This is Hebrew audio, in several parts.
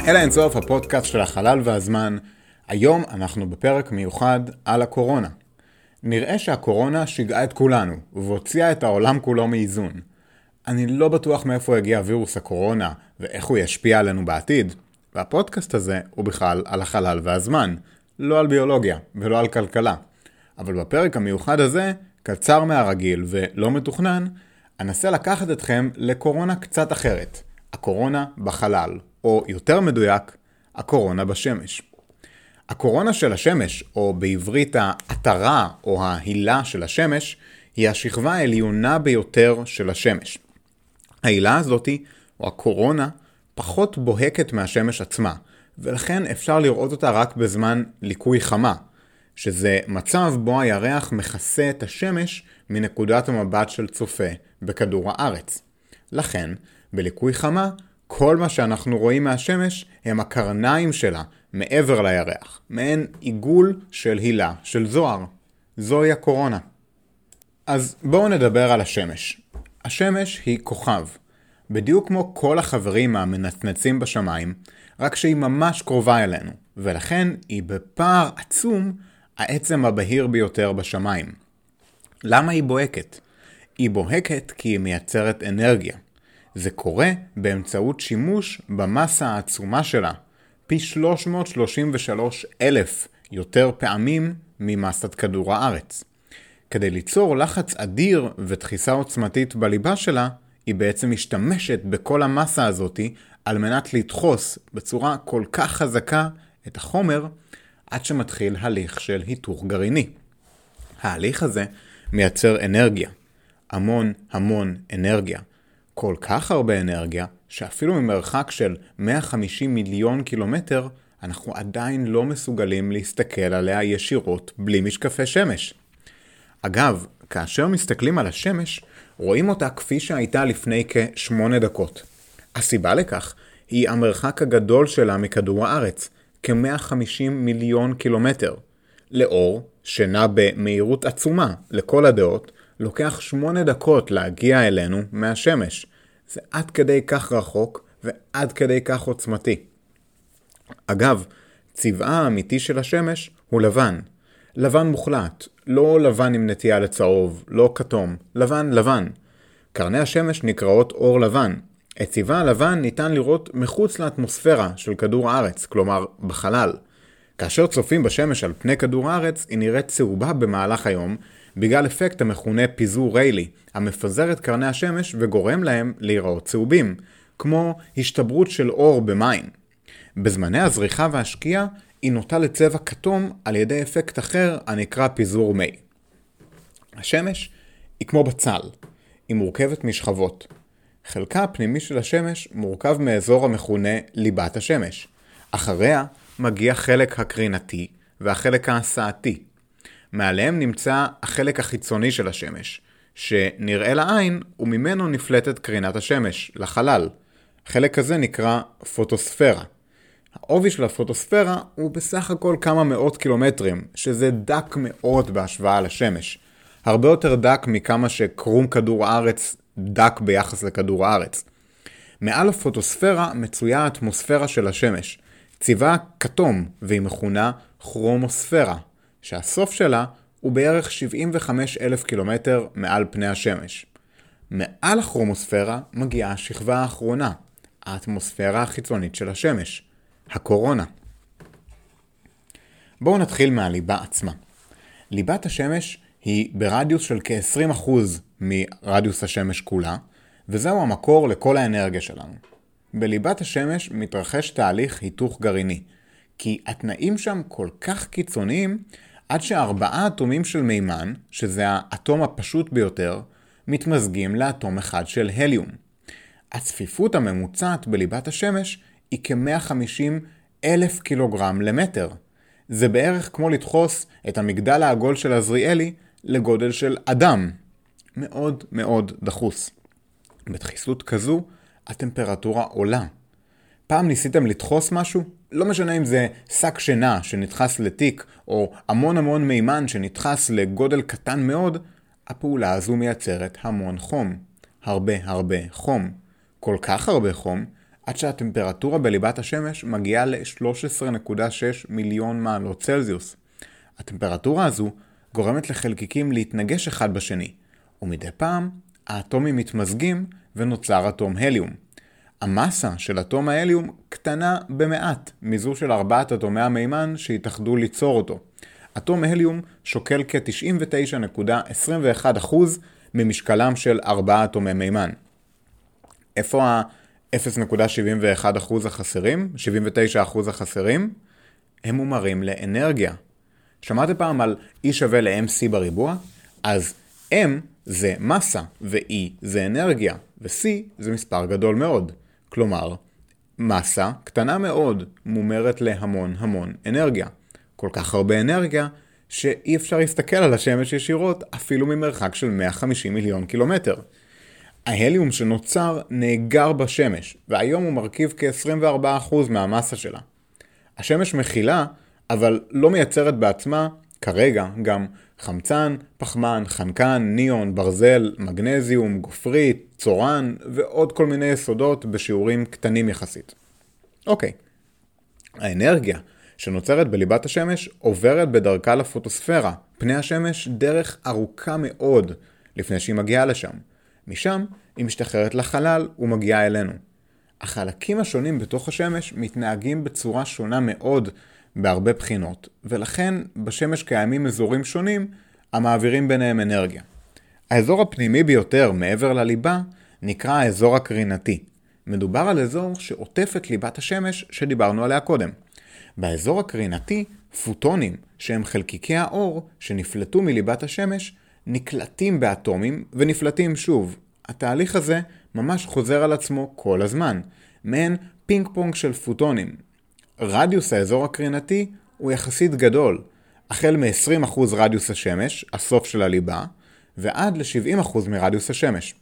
אל האינסוף, הפודקאסט של החלל והזמן. היום אנחנו בפרק מיוחד על הקורונה. נראה שהקורונה שיגעה את כולנו, והוציאה את העולם כולו מאיזון. אני לא בטוח מאיפה יגיע וירוס הקורונה, ואיך הוא ישפיע עלינו בעתיד. והפודקאסט הזה הוא בכלל על החלל והזמן, לא על ביולוגיה ולא על כלכלה. אבל בפרק המיוחד הזה, קצר מהרגיל ולא מתוכנן, אנסה לקחת אתכם לקורונה קצת אחרת. הקורונה בחלל, או יותר מדויק, הקורונה בשמש. הקורונה של השמש, או בעברית האתרה או ההילה של השמש, היא השכבה העליונה ביותר של השמש. ההילה הזאת, או הקורונה, פחות בוהקת מהשמש עצמה, ולכן אפשר לראות אותה רק בזמן ליקוי חמה, שזה מצב בו הירח מכסה את השמש מנקודת המבט של צופה בכדור הארץ. לכן, בליקוי חמה, כל מה שאנחנו רואים מהשמש הם הקרניים שלה מעבר לירח, מעין עיגול של הילה של זוהר. זוהי הקורונה. אז בואו נדבר על השמש. השמש היא כוכב. בדיוק כמו כל החברים המנצנצים בשמיים, רק שהיא ממש קרובה אלינו, ולכן היא בפער עצום העצם הבהיר ביותר בשמיים. למה היא בוהקת? היא בוהקת כי היא מייצרת אנרגיה. זה קורה באמצעות שימוש במסה העצומה שלה, פי 333,000 יותר פעמים ממסת כדור הארץ. כדי ליצור לחץ אדיר ודחיסה עוצמתית בליבה שלה, היא בעצם משתמשת בכל המסה הזאת על מנת לדחוס בצורה כל כך חזקה את החומר, עד שמתחיל הליך של היתוך גרעיני. ההליך הזה מייצר אנרגיה, המון אנרגיה. כל כך הרבה אנרגיה, שאפילו ממרחק של 150 מיליון קילומטר, אנחנו עדיין לא מסוגלים להסתכל עליה ישירות בלי משקפי שמש. אגב, כאשר מסתכלים על השמש, רואים אותה כפי שהייתה לפני כ8 דקות. הסיבה לכך היא המרחק הגדול שלה מכדור הארץ, כ150 מיליון קילומטר. לאור, שנע במהירות עצומה לכל הדעות, לוקח 8 דקות להגיע אלינו מהשמש. זה עד כדי כך רחוק ועד כדי כך עוצמתי. אגב, צבעה האמיתי של השמש הוא לבן. לבן מוחלט, לא לבן עם נטייה לצהוב, לא כתום, לבן. קרני השמש נקראות אור לבן. את צבעה הלבן ניתן לראות מחוץ לאטמוספירה של כדור הארץ, כלומר בחלל. כאשר צופים בשמש על פני כדור הארץ, היא נראית צהובה במהלך היום, בגלל אפקט המכונה פיזור ריילי, המפזר את קרני השמש וגורם להם להיראות צהובים, כמו השתברות של אור במים. בזמני הזריחה והשקיעה, היא נוטה לצבע כתום על ידי אפקט אחר הנקרא פיזור מי. השמש היא כמו בצל, היא מורכבת משכבות. חלקה הפנימי של השמש מורכב מאזור המכונה ליבת השמש. אחריה מגיע חלק הקרינתי והחלק ההסעתי. מעליהם נמצא החלק החיצוני של השמש, שנראה לעין וממנו נפלטת קרינת השמש לחלל. החלק הזה נקרא פוטוספירה. העובי של הפוטוספירה הוא בסך הכל כמה מאות קילומטרים, שזה דק מאוד בהשוואה לשמש. הרבה יותר דק מכמה שקרום כדור הארץ דק ביחס לכדור הארץ. מעל הפוטוספירה מצויה האטמוספירה של השמש. צבעה כתום והיא מכונה כרומוספירה, שהסוף שלה הוא בערך 75,000 קילומטר מעל פני השמש. מעל הכרומוספירה מגיעה השכבה האחרונה, האטמוספירה החיצונית של השמש, הקורונה. בואו נתחיל מהליבה עצמה. ליבת השמש היא ברדיוס של כ-20% מרדיוס השמש כולה, וזהו המקור לכל האנרגיה שלנו. בליבת השמש מתרחש תהליך היתוך גרעיני, כי התנאים שם כל כך קיצוניים, עד ש4 אטומים של מימן, שזה האטום הפשוט ביותר, מתמזגים לאטום אחד של הליום. הצפיפות הממוצעת בליבת השמש היא כ-150,000 קילוגרם למטר. זה בערך כמו לדחוס את המגדל העגול של עזריאלי לגודל של אדם. מאוד דחוס. בדחיסות כזו, הטמפרטורה עולה. פעם ניסיתם לדחוס משהו? לא משנה אם זה שק שינה שנדחס לתיק, או המון מימן שנדחס לגודל קטן מאוד, הפעולה הזו מייצרת המון חום. הרבה חום. כל כך הרבה חום, עד שהטמפרטורה בליבת השמש מגיעה ל-13.6 מיליון מעלות צלזיוס. הטמפרטורה הזו גורמת לחלקיקים להתנגש אחד בשני, ומדי פעם האטומים מתמזגים ונוצר אטום הליום. המסה של אטום ההליום קטנה במעט מזו של 4 אטומי המימן שהתאחדו ליצור אותו. אטום הליום שוקל כ-99.21% ממשקלם של 4 אטומי מימן. איפה ה-0.71% החסרים? 79% החסרים? הם מומרים לאנרגיה. שמעתם פעם על E שווה ל-MC בריבוע? אז M זה מסה, ו-E זה אנרגיה, ו-C זה מספר גדול מאוד. כלומר, מסה קטנה מאוד מומרת להמון המון אנרגיה. כל כך הרבה אנרגיה שאי אפשר להסתכל על השמש ישירות אפילו ממרחק של 150 מיליון קילומטר. ההליום שנוצר נאגר בשמש, והיום הוא מרכיב כ-24% מהמסה שלה. השמש מכילה, אבל לא מייצרת בעצמה, כרגע, גם חמצן, פחמן, חנקן, ניאון, ברזל, מגנזיום, גופרית, צורן, ועוד כל מיני יסודות בשיעורים קטנים יחסית. אוקיי. האנרגיה שנוצרת בליבת השמש עוברת בדרכה לפוטוספירה, פני השמש דרך ארוכה מאוד לפני שהיא מגיעה לשם. משם היא משתחררת לחלל ומגיעה אלינו. החלקים השונים בתוך השמש מתנהגים בצורה שונה מאוד בהרבה בחינות, ולכן בשמש קיימים אזורים שונים המעבירים ביניהם אנרגיה. האזור הפנימי ביותר מעבר לליבה נקרא האזור הקרינתי. מדובר על אזור שעוטף את ליבת השמש שדיברנו עליה קודם. באזור הקרינתי, פוטונים, שהם חלקיקי האור שנפלטו מליבת השמש, נקלטים באטומים ונפלטים שוב. התהליך הזה ממש חוזר על עצמו כל הזמן, מעין פינג פונג של פוטונים. רדיוס האזור הקרינתי הוא יחסית גדול, החל מ-20% רדיוס השמש, הסוף של הליבה, ועד ל-70% מרדיוס השמש.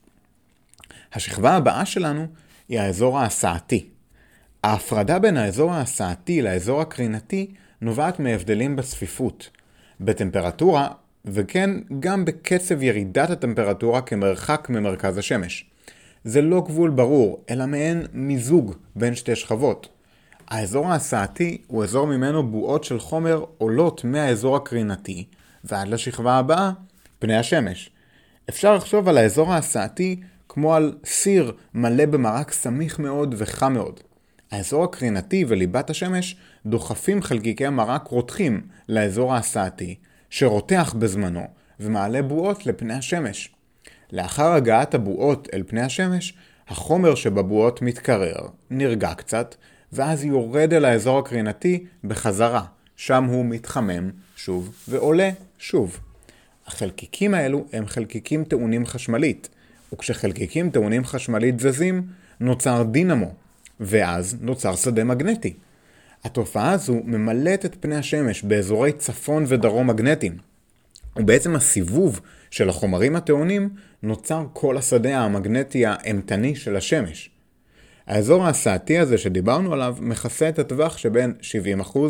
השכבה הבאה שלנו היא האזור ההסעתי. ההפרדה בין האזור ההסעתי לאזור הקרינתי נובעת מהבדלים בצפיפות, בטמפרטורה, וכן גם בקצב ירידת הטמפרטורה כמרחק ממרכז השמש. זה לא גבול ברור, אלא מעין מיזוג בין שתי שכבות. האזור ההסעתי הוא אזור ממנו בועות של חומר עולות מהאזור הקרינתי ועד לשכבה הבאה, פני השמש. אפשר לחשוב על האזור ההסעתי כמו על סיר מלא במרק סמיך מאוד וחם מאוד. האזור הקרינתי וליבת השמש דוחפים חלקיקי מרק רותחים לאזור ההסעתי, שרותח בזמנו ומעלה בועות לפני השמש. לאחר הגעת הבועות אל פני השמש, החומר שבבועות מתקרר, נרגע קצת, ואז יורד אל האזור הקרינתי בחזרה. שם הוא מתחמם שוב ועולה שוב. החלקיקים האלו הם חלקיקים טעונים חשמלית, וכשחלקיקים טעונים חשמלית זזים, נוצר דינמו, ואז נוצר שדה מגנטי. התופעה הזו ממלאת את פני השמש באזורי צפון ודרום מגנטיים. ובעצם הסיבוב של החומרים הטעונים נוצר כל השדה המגנטי האמתני של השמש. האזור ההסעתי הזה שדיברנו עליו מכסה את הטווח שבין 70%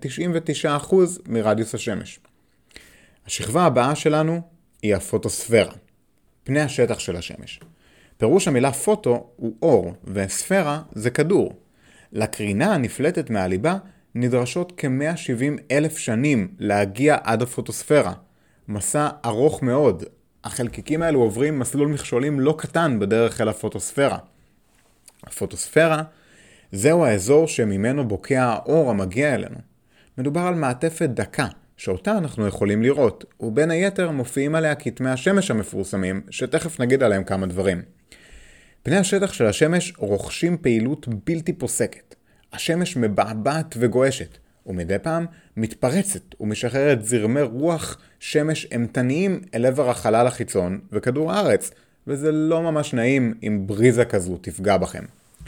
ל-99% מרדיוס השמש. השכבה הבאה שלנו היא הפוטוספירה, פני השטח של השמש. פירוש המילה פוטו הוא אור, וספירה זה כדור. לקרינה הנפלטת מהליבה נדרשות כ-170,000 שנים להגיע עד הפוטוספירה. מסע ארוך מאוד. החלקיקים האלו עוברים מסלול מכשולים לא קטן בדרך אל הפוטוספירה. הפוטוספירה זהו האזור שממנו בוקע האור המגיע אלינו. מדובר על מעטפת דקה, שאותה אנחנו יכולים לראות, ובין היתר מופיעים עליה כתמי השמש המפורסמים, שתכף נגיד עליהם כמה דברים. פני השטח של השמש רוכשים פעילות בלתי פוסקת. השמש מבעבעת וגועשת, ומדי פעם מתפרצת ומשחררת זרמי רוח שמש אמתניים אל עבר החלל החיצון וכדור הארץ, וזה לא ממש נעים אם בריזה כזו תפגע בכם.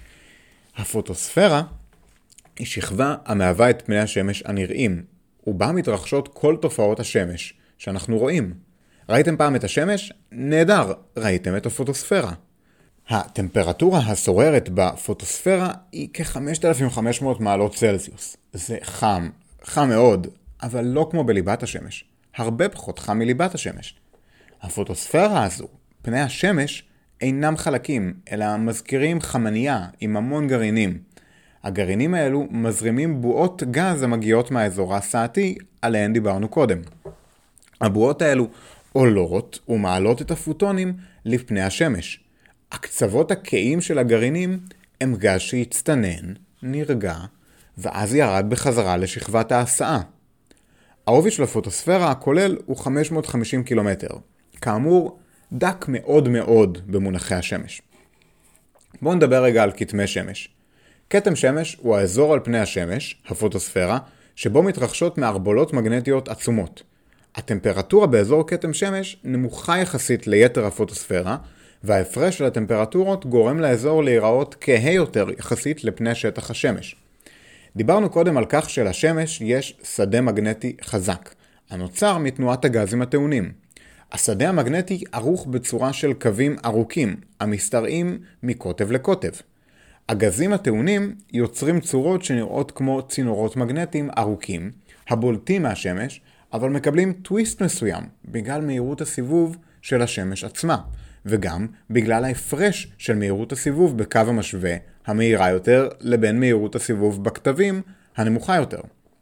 הפוטוספירה היא שכבה המהווה את פני השמש הנראים, ובה מתרחשות כל תופעות השמש שאנחנו רואים. ראיתם פעם את השמש? נהדר, ראיתם את הפוטוספירה. הטמפרטורה השוררת בפוטוספירה היא כ-5,500 מעלות צלזיוס. זה חם, חם מאוד, אבל לא כמו בליבת השמש. הרבה פחות חם מליבת השמש. הפוטוספירה הזו, פני השמש, אינם חלקים, אלא מזכירים חמניה עם המון גרעינים. הגרעינים האלו מזרימים בועות גז המגיעות מהאזור ההסעתי, עליהן דיברנו קודם. הבועות האלו עולות ומעלות את הפוטונים לפני השמש. הקצוות הקיים של הגרעינים הם גז שהצטנן, נרגע, ואז ירד בחזרה לשכבת ההסעה. העובי של הפוטוספירה הכולל הוא 550 קילומטר. כאמור, דק מאוד מאוד במונחי השמש. בואו נדבר רגע על כתמי שמש. כתם שמש הוא האזור על פני השמש, הפוטוספירה, שבו מתרחשות מערבולות מגנטיות עצומות. הטמפרטורה באזור כתם שמש נמוכה יחסית ליתר הפוטוספירה, וההפרש של הטמפרטורות גורם לאזור להיראות כהה יותר יחסית לפני שטח השמש. דיברנו קודם על כך שלשמש יש שדה מגנטי חזק, הנוצר מתנועת הגזים הטעונים. השדה המגנטי ערוך בצורה של קווים ארוכים, המסתרעים מקוטב לקוטב. הגזים הטעונים יוצרים צורות שנראות כמו צינורות מגנטיים ארוכים, הבולטים מהשמש, אבל מקבלים טוויסט מסוים בגלל מהירות הסיבוב של השמש עצמה, וגם בגלל ההפרש של מהירות הסיבוב בקו המשווה המהירה יותר לבין מהירות הסיבוב בכתבים הנמוכה יותר.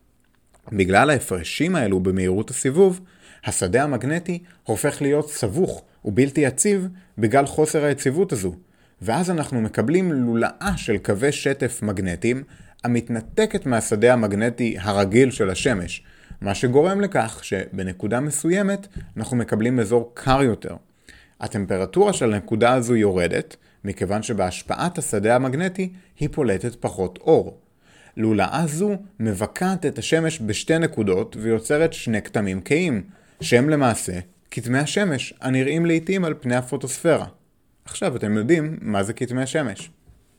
בגלל ההפרשים האלו במהירות הסיבוב, השדה המגנטי הופך להיות סבוך ובלתי יציב בגלל חוסר היציבות הזו, ואז אנחנו מקבלים לולאה של קווי שטף מגנטיים המתנתקת מהשדה המגנטי הרגיל של השמש, מה שגורם לכך שבנקודה מסוימת אנחנו מקבלים אזור קר יותר. הטמפרטורה של הנקודה הזו יורדת, מכיוון שבהשפעת השדה המגנטי היא פולטת פחות אור. לולאה זו מבקעת את השמש בשתי נקודות ויוצרת שני כתמים קיים, שהם למעשה כתמי השמש הנראים לעתים על פני הפוטוספירה. עכשיו אתם יודעים מה זה כתמי השמש.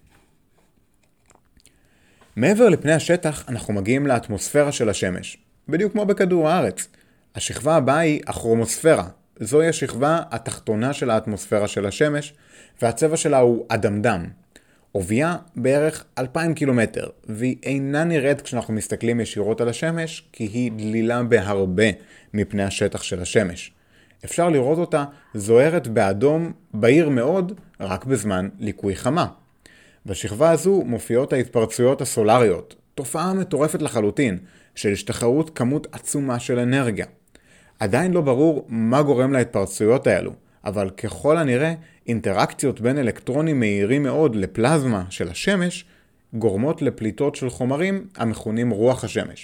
מעבר לפני השטח אנחנו מגיעים לאטמוספירה של השמש, בדיוק כמו בכדור הארץ. השכבה הבאה היא הכרומוספירה. זוהי השכבה התחתונה של האטמוספירה של השמש, והצבע שלה הוא אדמדם. עובייה בערך 2,000 קילומטר, והיא אינה נראית כשאנחנו מסתכלים ישירות על השמש, כי היא דלילה בהרבה מפני השטח של השמש. אפשר לראות אותה זוהרת באדום בהיר מאוד, רק בזמן ליקוי חמה. בשכבה הזו מופיעות ההתפרצויות הסולריות, תופעה מטורפת לחלוטין, של השתחררות כמות עצומה של אנרגיה. עדיין לא ברור מה גורם להתפרצויות האלו, אבל ככל הנראה אינטראקציות בין אלקטרונים מהירים מאוד לפלזמה של השמש גורמות לפליטות של חומרים המכונים רוח השמש.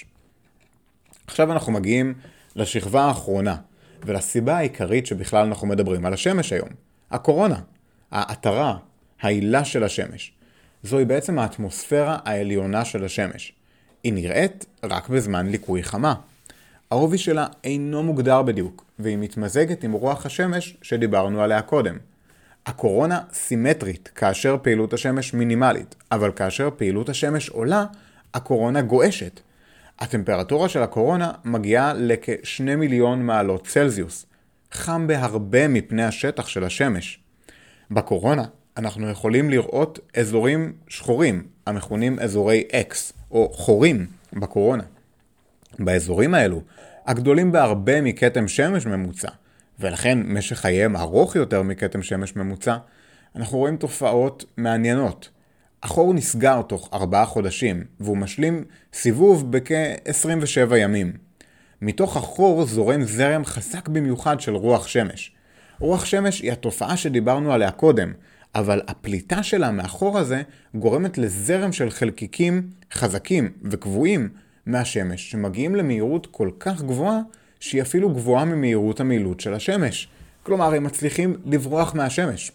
עכשיו אנחנו מגיעים לשכבה האחרונה, ולסיבה העיקרית שבכלל אנחנו מדברים על השמש היום. הקורונה, העטרה, העילה של השמש. זוהי בעצם האטמוספירה העליונה של השמש. היא נראית רק בזמן ליקוי חמה. העובי שלה אינו מוגדר בדיוק, והיא מתמזגת עם רוח השמש שדיברנו עליה קודם. הקורונה סימטרית כאשר פעילות השמש מינימלית, אבל כאשר פעילות השמש עולה, הקורונה גועשת. הטמפרטורה של הקורונה מגיעה לכ2 מיליון מעלות צלזיוס, חם בהרבה מפני השטח של השמש. בקורונה אנחנו יכולים לראות אזורים שחורים, המכונים אזורי X, או חורים בקורונה. באזורים האלו, הגדולים בהרבה מכתם שמש ממוצע, ולכן משך חייהם ארוך יותר מכתם שמש ממוצע, אנחנו רואים תופעות מעניינות. החור נסגר תוך 4 חודשים, והוא משלים סיבוב בכ-27 ימים. מתוך החור זורם זרם חזק במיוחד של רוח שמש. רוח שמש היא התופעה שדיברנו עליה קודם, אבל הפליטה שלה מהחור הזה גורמת לזרם של חלקיקים חזקים וקבועים מהשמש, שמגיעים למהירות כל כך גבוהה, שהיא אפילו גבוהה ממהירות המעילות של השמש. כלומר, הם מצליחים לברוח מהשמש.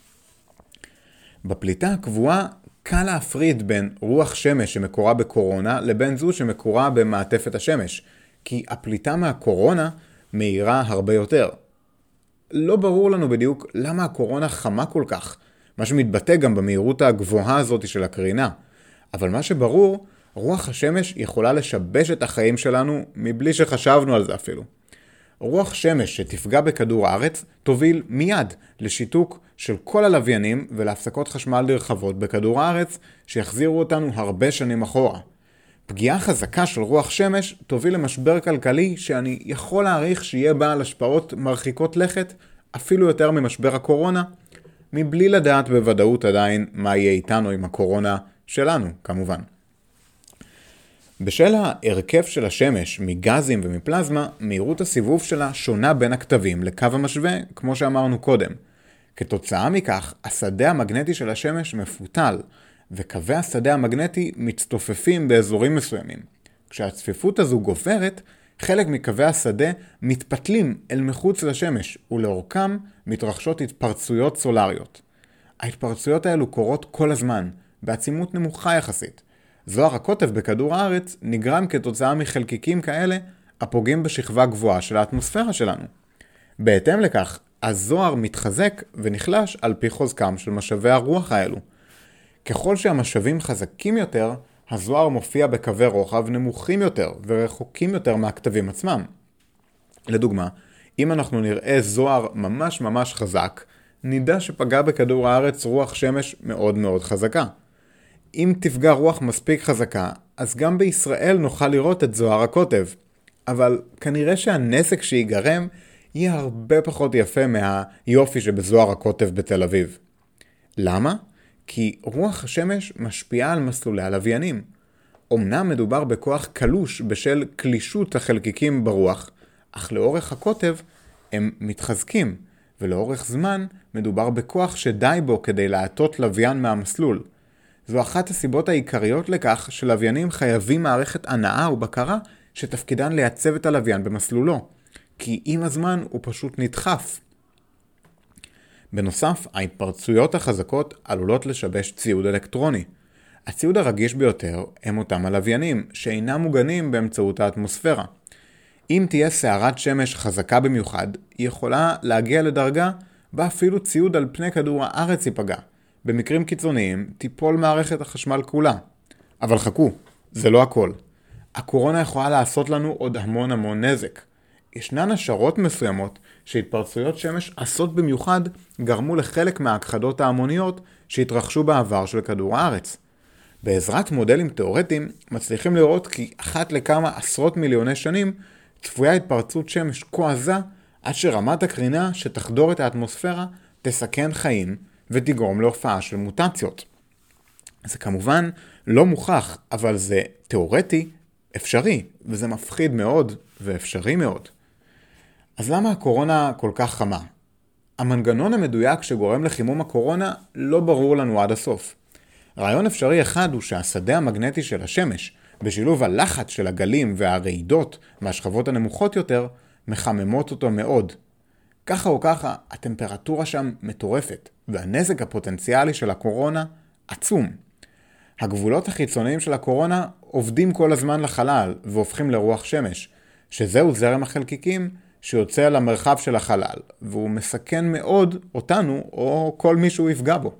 בפליטה הקבועה קל להפריד בין רוח שמש שמקורה בקורונה לבין זו שמקורה במעטפת השמש, כי הפליטה מהקורונה מהירה הרבה יותר. לא ברור לנו בדיוק למה הקורונה חמה כל כך, מה שמתבטא גם במהירות הגבוהה הזאת של הקרינה. אבל מה שברור, רוח השמש יכולה לשבש את החיים שלנו מבלי שחשבנו על זה אפילו. רוח שמש שתפגע בכדור הארץ תוביל מיד לשיתוק של כל הלוויינים ולהפסקות חשמל נרחבות בכדור הארץ שיחזירו אותנו הרבה שנים אחורה. פגיעה חזקה של רוח שמש תוביל למשבר כלכלי שאני יכול להעריך שיהיה בעל השפעות מרחיקות לכת אפילו יותר ממשבר הקורונה, מבלי לדעת בוודאות עדיין מה יהיה איתנו עם הקורונה שלנו, כמובן. בשל ההרכב של השמש מגזים ומפלזמה, מהירות הסיבוב שלה שונה בין הכתבים לקו המשווה, כמו שאמרנו קודם. כתוצאה מכך, השדה המגנטי של השמש מפותל, וקווי השדה המגנטי מצטופפים באזורים מסוימים. כשהצפיפות הזו גוברת, חלק מקווי השדה מתפתלים אל מחוץ לשמש, ולאורכם מתרחשות התפרצויות סולריות. ההתפרצויות האלו קורות כל הזמן, בעצימות נמוכה יחסית. זוהר הקוטב בכדור הארץ נגרם כתוצאה מחלקיקים כאלה הפוגעים בשכבה גבוהה של האטמוספירה שלנו. בהתאם לכך, הזוהר מתחזק ונחלש על פי חוזקם של משאבי הרוח האלו. ככל שהמשאבים חזקים יותר, הזוהר מופיע בקווי רוחב נמוכים יותר ורחוקים יותר מהכתבים עצמם. לדוגמה, אם אנחנו נראה זוהר ממש ממש חזק, נדע שפגע בכדור הארץ רוח שמש מאוד מאוד חזקה. אם תפגע רוח מספיק חזקה, אז גם בישראל נוכל לראות את זוהר הקוטב. אבל כנראה שהנזק שיגרם יהיה הרבה פחות יפה מהיופי שבזוהר הקוטב בתל אביב. למה? כי רוח השמש משפיעה על מסלולי הלוויינים. אמנם מדובר בכוח קלוש בשל קלישות החלקיקים ברוח, אך לאורך הקוטב הם מתחזקים, ולאורך זמן מדובר בכוח שדי בו כדי להטות לוויין מהמסלול. זו אחת הסיבות העיקריות לכך שלוויינים חייבים מערכת הנעה ובקרה שתפקידן לייצב את הלוויין במסלולו, כי עם הזמן הוא פשוט נדחף. בנוסף, ההתפרצויות החזקות עלולות לשבש ציוד אלקטרוני. הציוד הרגיש ביותר הם אותם הלוויינים שאינם מוגנים באמצעות האטמוספירה. אם תהיה סערת שמש חזקה במיוחד, היא יכולה להגיע לדרגה בה אפילו ציוד על פני כדור הארץ ייפגע. במקרים קיצוניים תיפול מערכת החשמל כולה. אבל חכו, זה לא הכל. הקורונה יכולה לעשות לנו עוד המון נזק. ישנן השערות מסוימות שהתפרצויות שמש עשות במיוחד גרמו לחלק מההכחדות ההמוניות שהתרחשו בעבר של כדור הארץ. בעזרת מודלים תיאורטיים מצליחים לראות כי אחת לכמה עשרות מיליוני שנים צפויה התפרצות שמש כה עזה עד שרמת הקרינה שתחדור את האטמוספירה תסכן חיים ותגרום להופעה של מוטציות. זה כמובן לא מוכח, אבל זה תיאורטי אפשרי, וזה מפחיד מאוד ואפשרי מאוד. אז למה הקורונה כל כך חמה? המנגנון המדויק שגורם לחימום הקורונה לא ברור לנו עד הסוף. רעיון אפשרי אחד הוא שהשדה המגנטי של השמש, בשילוב הלחץ של הגלים והרעידות מהשכבות הנמוכות יותר, מחממות אותו מאוד. ככה או ככה, הטמפרטורה שם מטורפת, והנזק הפוטנציאלי של הקורונה עצום. הגבולות החיצוניים של הקורונה עובדים כל הזמן לחלל והופכים לרוח שמש, שזהו זרם החלקיקים שיוצא למרחב של החלל, והוא מסכן מאוד אותנו או כל מי שהוא יפגע בו.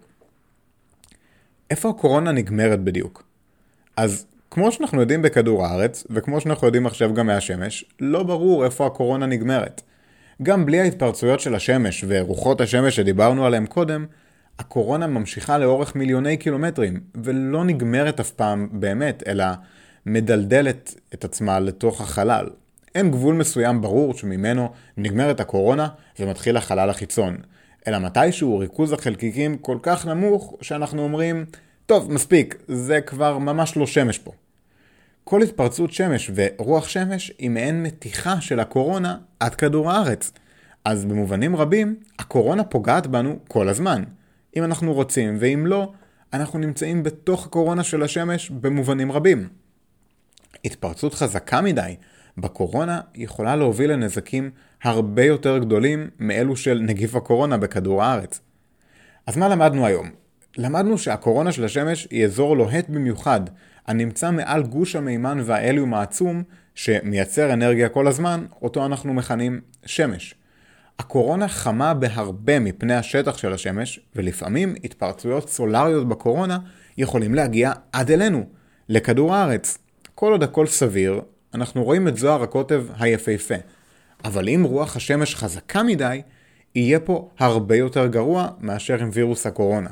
איפה הקורונה נגמרת בדיוק? אז כמו שאנחנו יודעים בכדור הארץ, וכמו שאנחנו יודעים עכשיו גם מהשמש, לא ברור איפה הקורונה נגמרת. גם בלי ההתפרצויות של השמש ורוחות השמש שדיברנו עליהם קודם, הקורונה ממשיכה לאורך מיליוני קילומטרים, ולא נגמרת אף פעם באמת, אלא מדלדלת את עצמה לתוך החלל. אין גבול מסוים ברור שממנו נגמרת הקורונה ומתחיל החלל החיצון, אלא מתישהו ריכוז החלקיקים כל כך נמוך שאנחנו אומרים, טוב, מספיק, זה כבר ממש לא שמש פה. כל התפרצות שמש ורוח שמש היא מעין מתיחה של הקורונה עד כדור הארץ. אז במובנים רבים, הקורונה פוגעת בנו כל הזמן. אם אנחנו רוצים ואם לא, אנחנו נמצאים בתוך הקורונה של השמש במובנים רבים. התפרצות חזקה מדי בקורונה יכולה להוביל לנזקים הרבה יותר גדולים מאלו של נגיף הקורונה בכדור הארץ. אז מה למדנו היום? למדנו שהקורונה של השמש היא אזור לוהט במיוחד, הנמצא מעל גוש המימן וההליום העצום שמייצר אנרגיה כל הזמן, אותו אנחנו מכנים שמש. הקורונה חמה בהרבה מפני השטח של השמש, ולפעמים התפרצויות סולריות בקורונה יכולים להגיע עד אלינו, לכדור הארץ. כל עוד הכל סביר, אנחנו רואים את זוהר הקוטב היפהפה. אבל אם רוח השמש חזקה מדי, יהיה פה הרבה יותר גרוע מאשר עם וירוס הקורונה.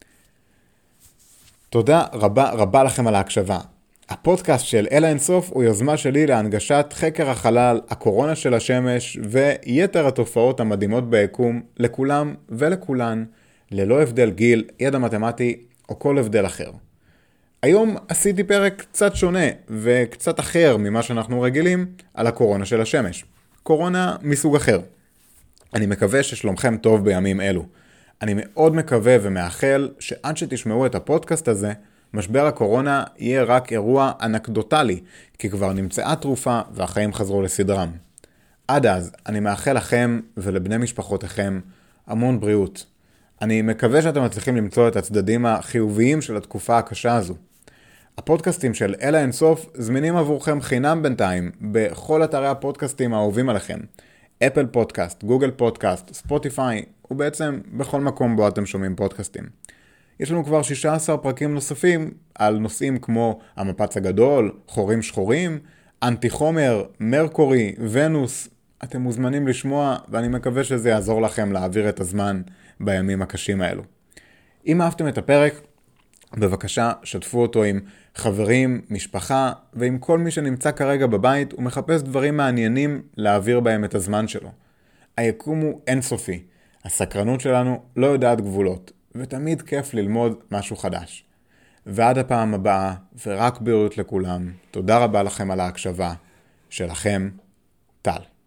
תודה רבה לכם על ההקשבה. הפודקאסט של אל האינסוף הוא יוזמה שלי להנגשת חקר החלל, הקורונה של השמש ויתר התופעות המדהימות ביקום לכולם ולכולן, ללא הבדל גיל, ידע מתמטי או כל הבדל אחר. היום עשיתי פרק קצת שונה וקצת אחר ממה שאנחנו רגילים על הקורונה של השמש. קורונה מסוג אחר. אני מקווה ששלומכם טוב בימים אלו. אני מאוד מקווה ומאחל שעד שתשמעו את הפודקאסט הזה, משבר הקורונה יהיה רק אירוע אנקדוטלי, כי כבר נמצאה תרופה והחיים חזרו לסדרם. עד אז, אני מאחל לכם ולבני משפחותיכם המון בריאות. אני מקווה שאתם מצליחים למצוא את הצדדים החיוביים של התקופה הקשה הזו. הפודקאסטים של אלה אינסוף זמינים עבורכם חינם בינתיים בכל אתרי הפודקאסטים האהובים עליכם. אפל פודקאסט, גוגל פודקאסט, ספוטיפיי, ובעצם בכל מקום בו אתם שומעים פודקאסטים. יש לנו כבר 16 פרקים נוספים על נושאים כמו המפץ הגדול, חורים שחורים, אנטי חומר, מרקורי, ונוס. אתם מוזמנים לשמוע ואני מקווה שזה יעזור לכם להעביר את הזמן בימים הקשים האלו. אם אהבתם את הפרק, בבקשה שתפו אותו עם חברים, משפחה ועם כל מי שנמצא כרגע בבית ומחפש דברים מעניינים להעביר בהם את הזמן שלו. היקום הוא אינסופי. הסקרנות שלנו לא יודעת גבולות, ותמיד כיף ללמוד משהו חדש. ועד הפעם הבאה, ורק בריאות לכולם, תודה רבה לכם על ההקשבה. שלכם, טל.